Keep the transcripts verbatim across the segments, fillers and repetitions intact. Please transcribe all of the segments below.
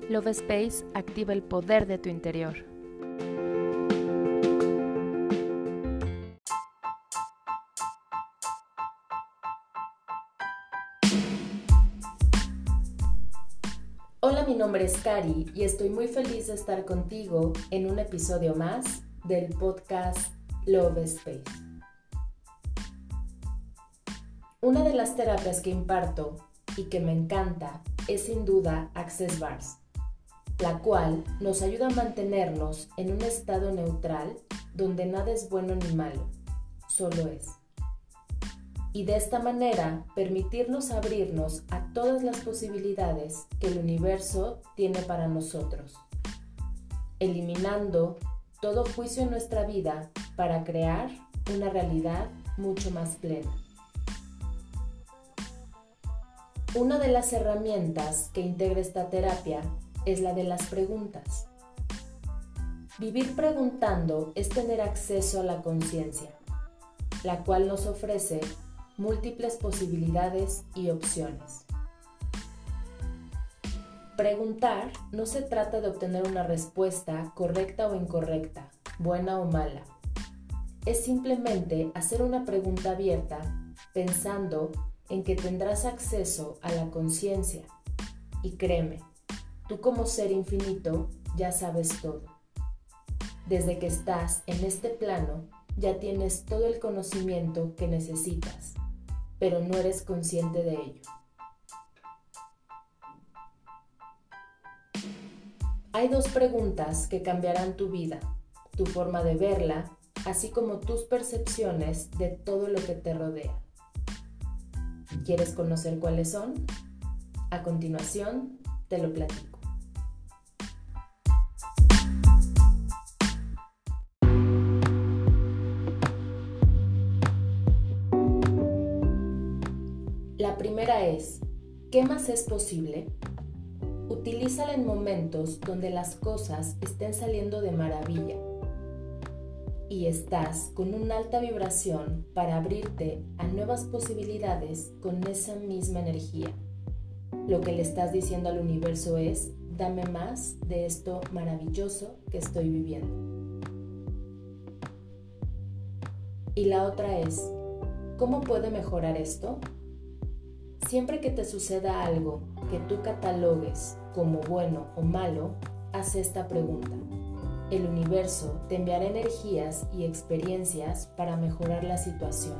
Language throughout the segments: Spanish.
Love Space activa el poder de tu interior. Hola, mi nombre es Cari y estoy muy feliz de estar contigo en un episodio más del podcast Love Space. Una de las terapias que imparto y que me encanta es sin duda Access Bars, la cual nos ayuda a mantenernos en un estado neutral donde nada es bueno ni malo, solo es. Y de esta manera permitirnos abrirnos a todas las posibilidades que el universo tiene para nosotros, eliminando todo juicio en nuestra vida para crear una realidad mucho más plena. Una de las herramientas que integra esta terapia es la de las preguntas. Vivir preguntando es tener acceso a la conciencia, la cual nos ofrece múltiples posibilidades y opciones. Preguntar no se trata de obtener una respuesta correcta o incorrecta, buena o mala. Es simplemente hacer una pregunta abierta pensando en que tendrás acceso a la conciencia. Y créeme, tú como ser infinito ya sabes todo. Desde que estás en este plano, ya tienes todo el conocimiento que necesitas, pero no eres consciente de ello. Hay dos preguntas que cambiarán tu vida, tu forma de verla, así como tus percepciones de todo lo que te rodea. ¿Quieres conocer cuáles son? A continuación, te lo platico. La primera es, ¿qué más es posible? Utilízala en momentos donde las cosas estén saliendo de maravilla y estás con una alta vibración para abrirte a nuevas posibilidades con esa misma energía. Lo que le estás diciendo al universo es, dame más de esto maravilloso que estoy viviendo. Y la otra es, ¿cómo puede mejorar esto? Siempre que te suceda algo que tú catalogues como bueno o malo, haz esta pregunta. El universo te enviará energías y experiencias para mejorar la situación.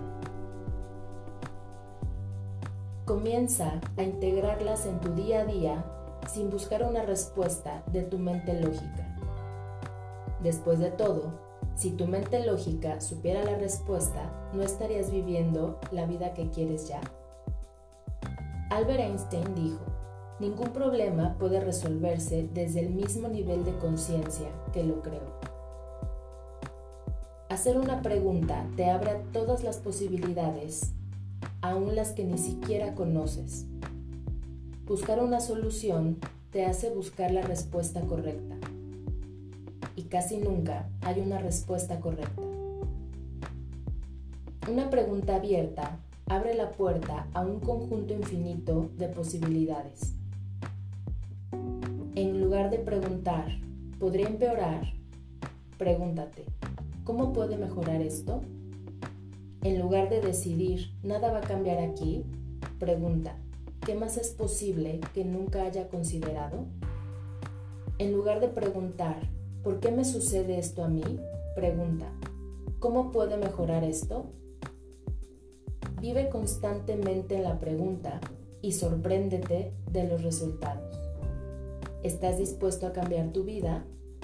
Comienza a integrarlas en tu día a día sin buscar una respuesta de tu mente lógica. Después de todo, si tu mente lógica supiera la respuesta, ¿no estarías viviendo la vida que quieres ya? Albert Einstein dijo, ningún problema puede resolverse desde el mismo nivel de conciencia que lo creó. Hacer una pregunta te abre a todas las posibilidades, aun las que ni siquiera conoces. Buscar una solución te hace buscar la respuesta correcta. Y casi nunca hay una respuesta correcta. Una pregunta abierta abre la puerta a un conjunto infinito de posibilidades. En lugar de preguntar, ¿podría empeorar? Pregúntate, ¿cómo puede mejorar esto? En lugar de decidir, ¿nada va a cambiar aquí? Pregunta, ¿qué más es posible que nunca haya considerado? En lugar de preguntar, ¿por qué me sucede esto a mí? Pregunta, ¿cómo puede mejorar esto? Vive constantemente en la pregunta y sorpréndete de los resultados. ¿Estás dispuesto a cambiar tu vida?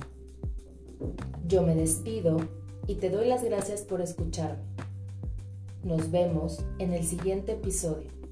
Yo me despido y te doy las gracias por escucharme. Nos vemos en el siguiente episodio.